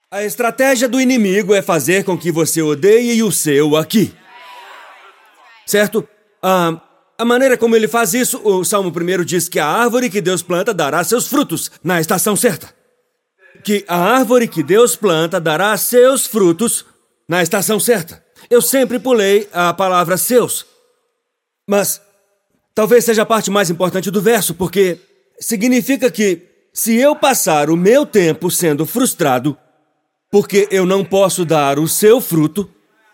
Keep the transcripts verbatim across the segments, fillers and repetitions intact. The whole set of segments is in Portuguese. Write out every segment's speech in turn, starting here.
A estratégia do inimigo é fazer com que você odeie o seu aqui. Certo? Ah, a maneira como ele faz isso, o Salmo primeiro diz que a árvore que Deus planta dará seus frutos na estação certa. Que a árvore que Deus planta dará seus frutos na estação certa. Eu sempre pulei a palavra seus. Mas talvez seja a parte mais importante do verso, porque significa que se eu passar o meu tempo sendo frustrado, porque eu não posso dar o seu fruto,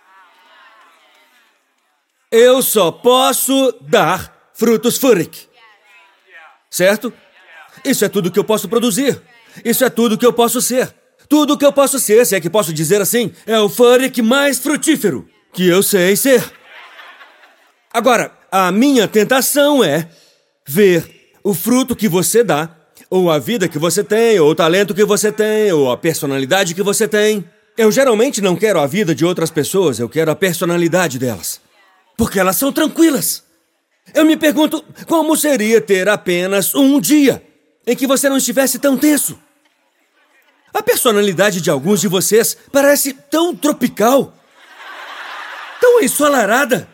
eu só posso dar frutos Furik. Certo? Isso é tudo que eu posso produzir. Isso é tudo que eu posso ser. Tudo que eu posso ser, se é que posso dizer assim, é o Furik mais frutífero que eu sei ser. Agora, a minha tentação é ver o fruto que você dá, ou a vida que você tem, ou o talento que você tem, ou a personalidade que você tem. Eu geralmente não quero a vida de outras pessoas, eu quero a personalidade delas. Porque elas são tranquilas. Eu me pergunto como seria ter apenas um dia em que você não estivesse tão tenso. A personalidade de alguns de vocês parece tão tropical, tão ensolarada.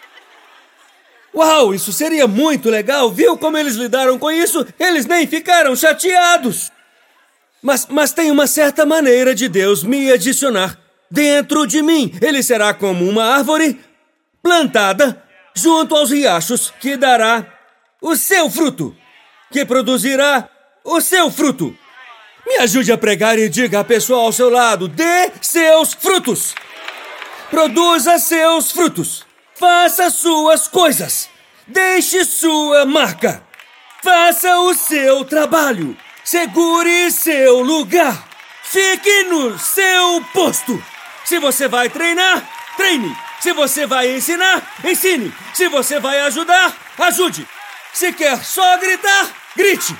Uau, isso seria muito legal, viu como eles lidaram com isso? Eles nem ficaram chateados. Mas, mas tem uma certa maneira de Deus me adicionar dentro de mim. Ele será como uma árvore plantada junto aos riachos que dará o seu fruto, que produzirá o seu fruto. Me ajude a pregar e diga à pessoa ao seu lado, dê seus frutos. Produza seus frutos. Faça suas coisas. Deixe sua marca. Faça o seu trabalho. Segure seu lugar. Fique no seu posto. Se você vai treinar, treine. Se você vai ensinar, ensine. Se você vai ajudar, ajude. Se quer só gritar, grite.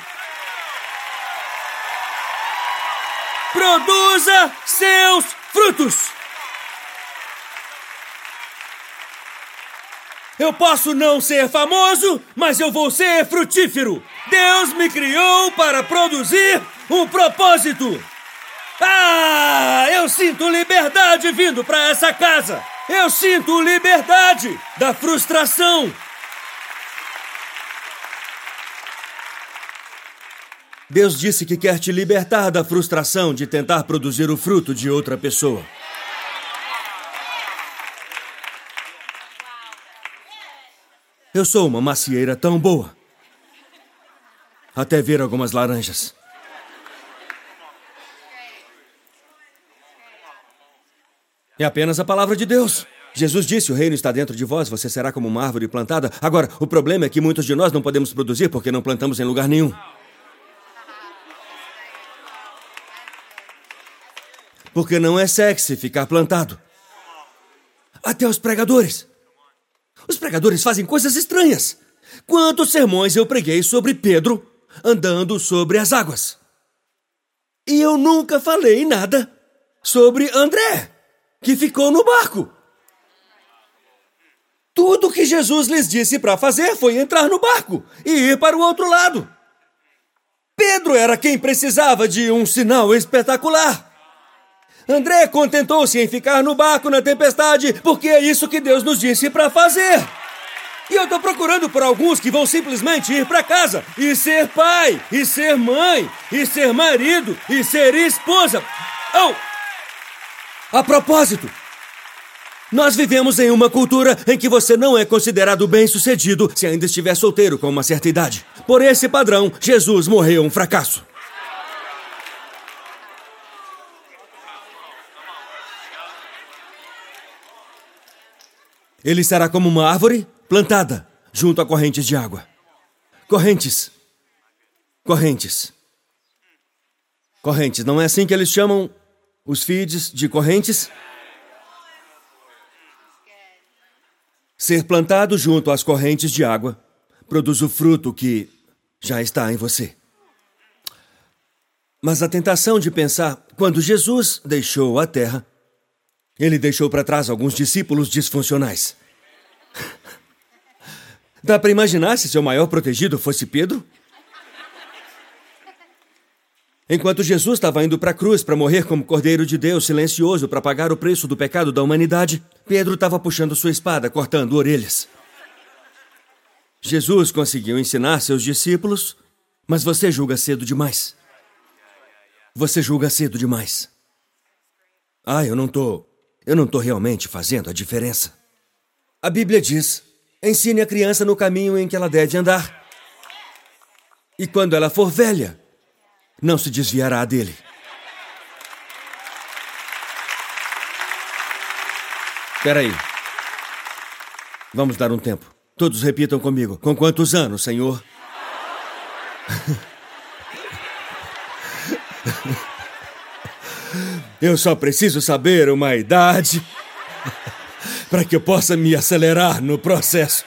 Produza seus frutos. Eu posso não ser famoso, mas eu vou ser frutífero. Deus me criou para produzir um propósito. Ah, eu sinto liberdade vindo para essa casa. Eu sinto liberdade da frustração. Deus disse que quer te libertar da frustração de tentar produzir o fruto de outra pessoa. Eu sou uma macieira tão boa. Até ver algumas laranjas. É apenas a palavra de Deus. Jesus disse, o reino está dentro de vós, você será como uma árvore plantada. Agora, o problema é que muitos de nós não podemos produzir porque não plantamos em lugar nenhum. Porque não é sexy ficar plantado. Até os pregadores. Os pregadores fazem coisas estranhas. Quantos sermões eu preguei sobre Pedro andando sobre as águas? E eu nunca falei nada sobre André, que ficou no barco. Tudo que Jesus lhes disse para fazer foi entrar no barco e ir para o outro lado. Pedro era quem precisava de um sinal espetacular. André contentou-se em ficar no barco na tempestade, porque é isso que Deus nos disse para fazer. E eu tô procurando por alguns que vão simplesmente ir para casa e ser pai, e ser mãe, e ser marido, e ser esposa. Oh! A propósito, nós vivemos em uma cultura em que você não é considerado bem-sucedido se ainda estiver solteiro com uma certa idade. Por esse padrão, Jesus morreu um fracasso. Ele será como uma árvore plantada junto a correntes de água. Correntes. Correntes. Correntes. Não é assim que eles chamam os feeds de correntes? Ser plantado junto às correntes de água produz o fruto que já está em você. Mas a tentação de pensar, quando Jesus deixou a terra, ele deixou para trás alguns discípulos disfuncionais. Dá para imaginar se seu maior protegido fosse Pedro? Enquanto Jesus estava indo para a cruz para morrer como Cordeiro de Deus, silencioso para pagar o preço do pecado da humanidade, Pedro estava puxando sua espada, cortando orelhas. Jesus conseguiu ensinar seus discípulos, mas você julga cedo demais. Você julga cedo demais. Ah, eu não tô... Eu não tô realmente fazendo a diferença. A Bíblia diz, ensine a criança no caminho em que ela deve andar. E quando ela for velha, não se desviará dele. Espera aí. Vamos dar um tempo. Todos repitam comigo. Com quantos anos, Senhor? Eu só preciso saber uma idade para que eu possa me acelerar no processo.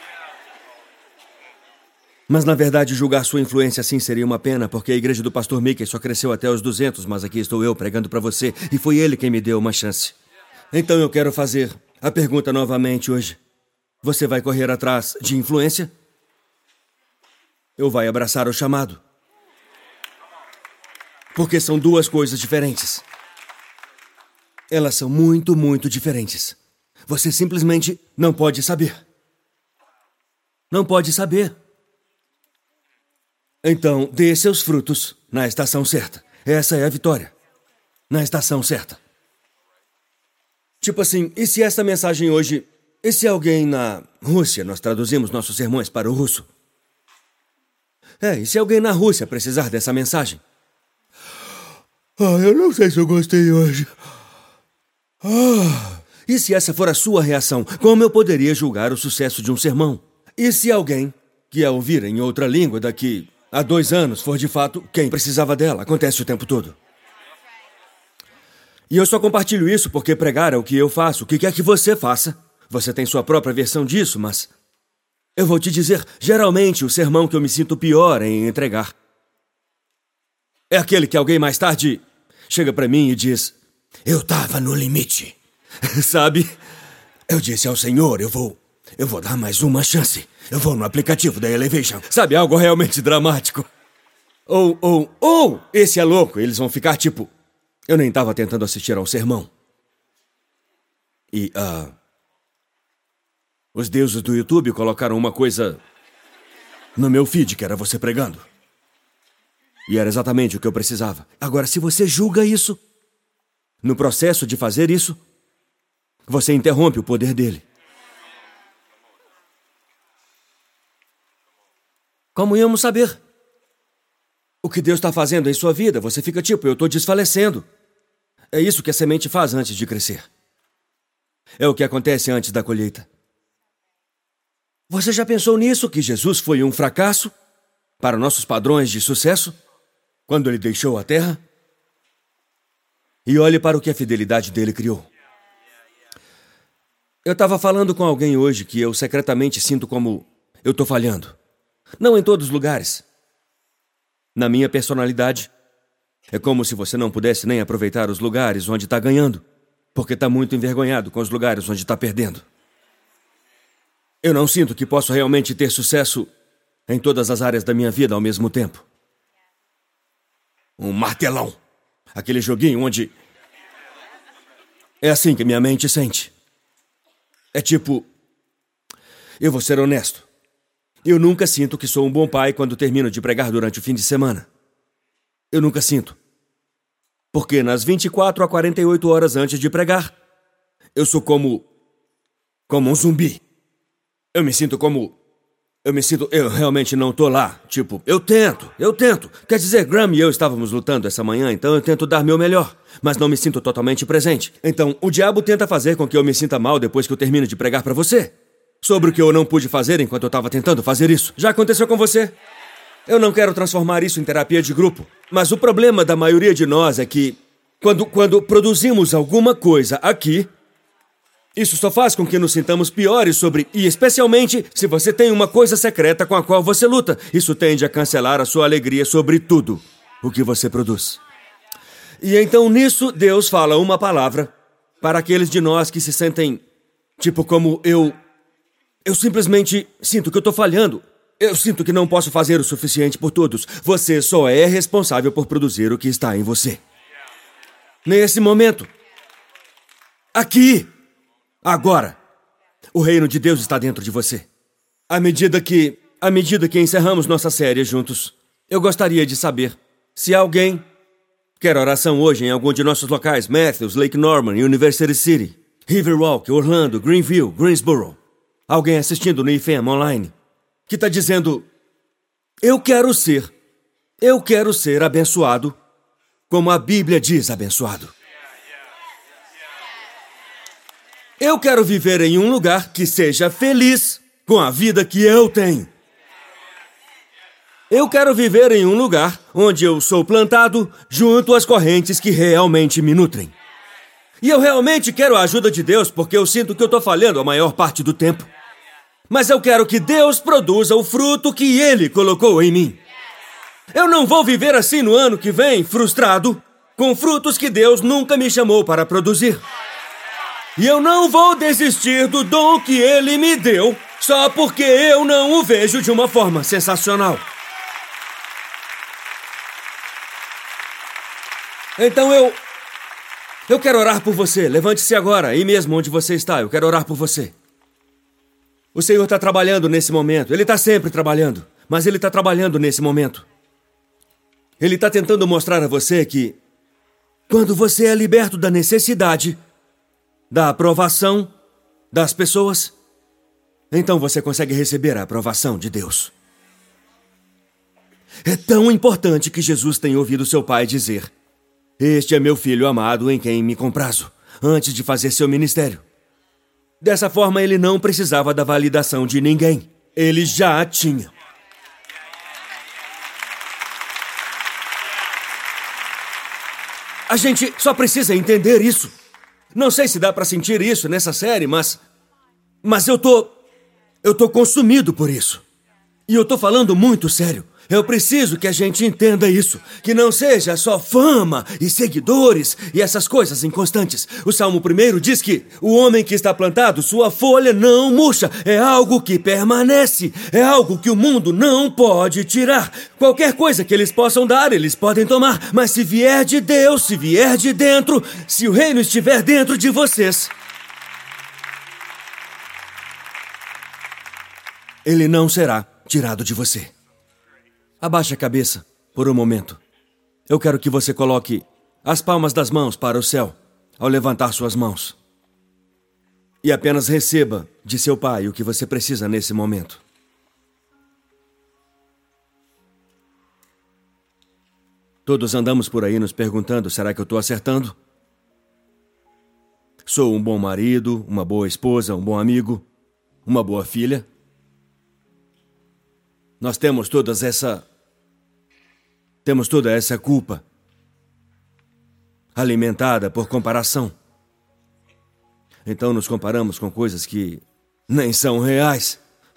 Mas, na verdade, julgar sua influência assim seria uma pena, porque a igreja do pastor Mickey só cresceu até os duzentos, mas aqui estou eu pregando para você, e foi ele quem me deu uma chance. Então eu quero fazer a pergunta novamente hoje. Você vai correr atrás de influência? Ou vai abraçar o chamado? Porque são duas coisas diferentes. Elas são muito, muito diferentes. Você simplesmente não pode saber. Não pode saber. Então, dê seus frutos na estação certa. Essa é a vitória. Na estação certa. Tipo assim, e se essa mensagem hoje... E se alguém na Rússia, nós traduzimos nossos sermões para o russo. É, e se alguém na Rússia precisar dessa mensagem? Ah, eu não sei se eu gostei hoje. Ah. E se essa for a sua reação, como eu poderia julgar o sucesso de um sermão? E se alguém que a ouvir em outra língua daqui a dois anos for de fato quem precisava dela? Acontece o tempo todo. E eu só compartilho isso porque pregar é o que eu faço. O que quer que você faça? Você tem sua própria versão disso, mas... Eu vou te dizer, geralmente o sermão que eu me sinto pior em entregar é aquele que alguém mais tarde chega pra mim e diz: eu tava no limite. Sabe? Eu disse ao Senhor, eu vou... Eu vou dar mais uma chance. Eu vou no aplicativo da Elevation. Sabe, algo realmente dramático. Ou, ou, ou, esse é louco. Eles vão ficar tipo... Eu nem tava tentando assistir ao sermão. E, ah... Uh, os deuses do YouTube colocaram uma coisa no meu feed, que era você pregando. E era exatamente o que eu precisava. Agora, se você julga isso, no processo de fazer isso, você interrompe o poder dele. Como íamos saber o que Deus está fazendo em sua vida? Você fica tipo, eu estou desfalecendo. É isso que a semente faz antes de crescer. É o que acontece antes da colheita. Você já pensou nisso, que Jesus foi um fracasso para nossos padrões de sucesso quando ele deixou a terra? E olhe para o que a fidelidade dele criou. Eu estava falando com alguém hoje que eu secretamente sinto como eu estou falhando. Não em todos os lugares. Na minha personalidade, é como se você não pudesse nem aproveitar os lugares onde está ganhando, porque está muito envergonhado com os lugares onde está perdendo. Eu não sinto que posso realmente ter sucesso em todas as áreas da minha vida ao mesmo tempo. Um martelão. Aquele joguinho onde... É assim que minha mente sente. É tipo... Eu vou ser honesto. Eu nunca sinto que sou um bom pai quando termino de pregar durante o fim de semana. Eu nunca sinto. Porque nas vinte e quatro a quarenta e oito horas antes de pregar, eu sou como... como um zumbi. Eu me sinto como... Eu me sinto... Eu realmente não tô lá. Tipo, eu tento, eu tento. Quer dizer, Graham e eu estávamos lutando essa manhã, então eu tento dar meu melhor. Mas não me sinto totalmente presente. Então, o diabo tenta fazer com que eu me sinta mal depois que eu termino de pregar pra você. Sobre o que eu não pude fazer enquanto eu estava tentando fazer isso. Já aconteceu com você? Eu não quero transformar isso em terapia de grupo. Mas o problema da maioria de nós é que... Quando, quando produzimos alguma coisa aqui... Isso só faz com que nos sintamos piores sobre... E especialmente se você tem uma coisa secreta com a qual você luta. Isso tende a cancelar a sua alegria sobre tudo o que você produz. E então nisso Deus fala uma palavra para aqueles de nós que se sentem... Tipo como eu... Eu simplesmente sinto que eu tô falhando. Eu sinto que não posso fazer o suficiente por todos. Você só é responsável por produzir o que está em você. Nesse momento. Aqui. Agora. O reino de Deus está dentro de você. À medida que... À medida que encerramos nossa série juntos, eu gostaria de saber se alguém quer oração hoje em algum de nossos locais. Matthews, Lake Norman, University City, Riverwalk, Orlando, Greenville, Greensboro. Alguém assistindo no I F E M online que está dizendo: eu quero ser, eu quero ser abençoado como a Bíblia diz abençoado. Eu quero viver em um lugar que seja feliz com a vida que eu tenho. Eu quero viver em um lugar onde eu sou plantado junto às correntes que realmente me nutrem. E eu realmente quero a ajuda de Deus porque eu sinto que eu estou falhando a maior parte do tempo. Mas eu quero que Deus produza o fruto que Ele colocou em mim. Eu não vou viver assim no ano que vem, frustrado, com frutos que Deus nunca me chamou para produzir. E eu não vou desistir do dom que Ele me deu só porque eu não o vejo de uma forma sensacional. Então eu... Eu quero orar por você. Levante-se agora, aí mesmo onde você está. Eu quero orar por você. O Senhor está trabalhando nesse momento. Ele está sempre trabalhando. Mas Ele está trabalhando nesse momento. Ele está tentando mostrar a você que quando você é liberto da necessidade, da aprovação das pessoas, então você consegue receber a aprovação de Deus. É tão importante que Jesus tenha ouvido seu pai dizer: este é meu filho amado em quem me comprazo, antes de fazer seu ministério. Dessa forma, ele não precisava da validação de ninguém. Ele já a tinha. A gente só precisa entender isso. Não sei se dá pra sentir isso nessa série, mas... Mas eu tô... Eu tô consumido por isso. E eu tô falando muito sério. Eu preciso que a gente entenda isso. Que não seja só fama e seguidores e essas coisas inconstantes. O Salmo primeiro diz que o homem que está plantado, sua folha não murcha. É algo que permanece. É algo que o mundo não pode tirar. Qualquer coisa que eles possam dar, eles podem tomar. Mas se vier de Deus, se vier de dentro, se o reino estiver dentro de vocês, ele não será tirado de você. Abaixe a cabeça por um momento. Eu quero que você coloque as palmas das mãos para o céu ao levantar suas mãos. E apenas receba de seu pai o que você precisa nesse momento. Todos andamos por aí nos perguntando: será que eu estou acertando? Sou um bom marido, uma boa esposa, um bom amigo, uma boa filha? Nós temos todas essa... Temos toda essa culpa alimentada por comparação. Então nos comparamos com coisas que nem são reais.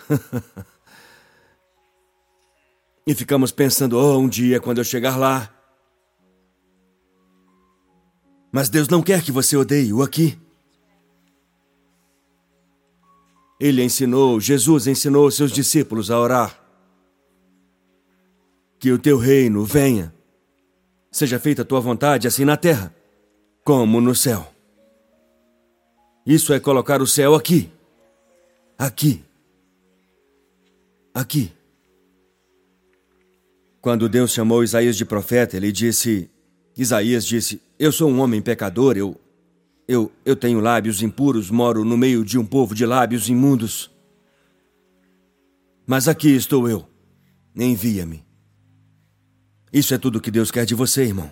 E ficamos pensando: oh, um dia quando eu chegar lá. Mas Deus não quer que você odeie o aqui. Ele ensinou, Jesus ensinou seus discípulos a orar: que o teu reino venha, seja feita a tua vontade, assim na terra, como no céu. Isso é colocar o céu aqui. Aqui. Aqui. Quando Deus chamou Isaías de profeta, ele disse... Isaías disse: eu sou um homem pecador, eu... Eu, eu tenho lábios impuros, moro no meio de um povo de lábios imundos. Mas aqui estou eu. Envia-me. Isso é tudo que Deus quer de você, irmão.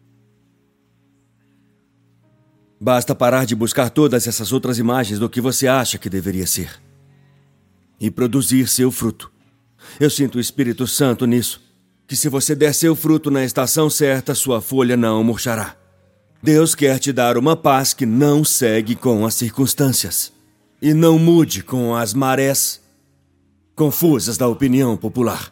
Basta parar de buscar todas essas outras imagens do que você acha que deveria ser e produzir seu fruto. Eu sinto o Espírito Santo nisso, que se você der seu fruto na estação certa, sua folha não murchará. Deus quer te dar uma paz que não segue com as circunstâncias e não mude com as marés confusas da opinião popular.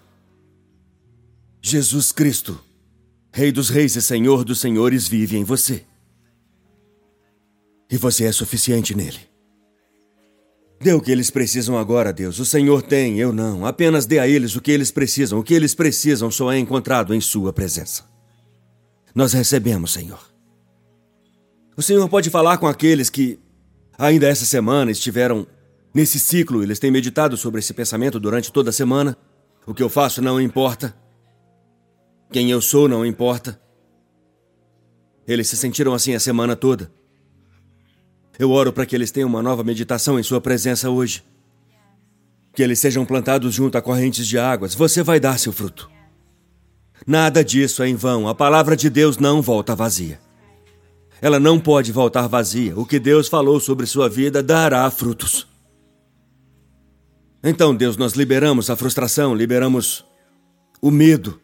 Jesus Cristo, Rei dos Reis e Senhor dos Senhores, vive em você. E você é suficiente nele. Dê o que eles precisam agora, Deus. O Senhor tem, eu não. Apenas dê a eles o que eles precisam. O que eles precisam só é encontrado em sua presença. Nós recebemos, Senhor. O Senhor pode falar com aqueles que ainda essa semana estiveram nesse ciclo. Eles têm meditado sobre esse pensamento durante toda a semana. O que eu faço não importa. Quem eu sou não importa. Eles se sentiram assim a semana toda. Eu oro para que eles tenham uma nova meditação em sua presença hoje. Que eles sejam plantados junto a correntes de águas. Você vai dar seu fruto. Nada disso é em vão. A palavra de Deus não volta vazia. Ela não pode voltar vazia. O que Deus falou sobre sua vida dará frutos. Então, Deus, nós liberamos a frustração, liberamos o medo.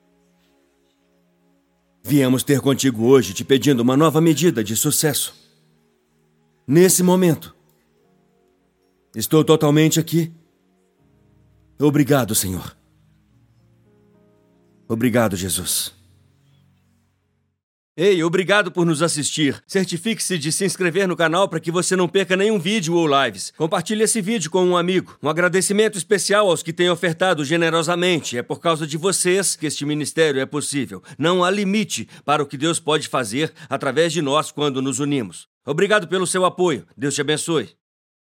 Viemos ter contigo hoje te pedindo uma nova medida de sucesso. Nesse momento. Estou totalmente aqui. Obrigado, Senhor. Obrigado, Jesus. Ei, obrigado por nos assistir. Certifique-se de se inscrever no canal para que você não perca nenhum vídeo ou lives. Compartilhe esse vídeo com um amigo. Um agradecimento especial aos que têm ofertado generosamente. É por causa de vocês que este ministério é possível. Não há limite para o que Deus pode fazer através de nós quando nos unimos. Obrigado pelo seu apoio. Deus te abençoe.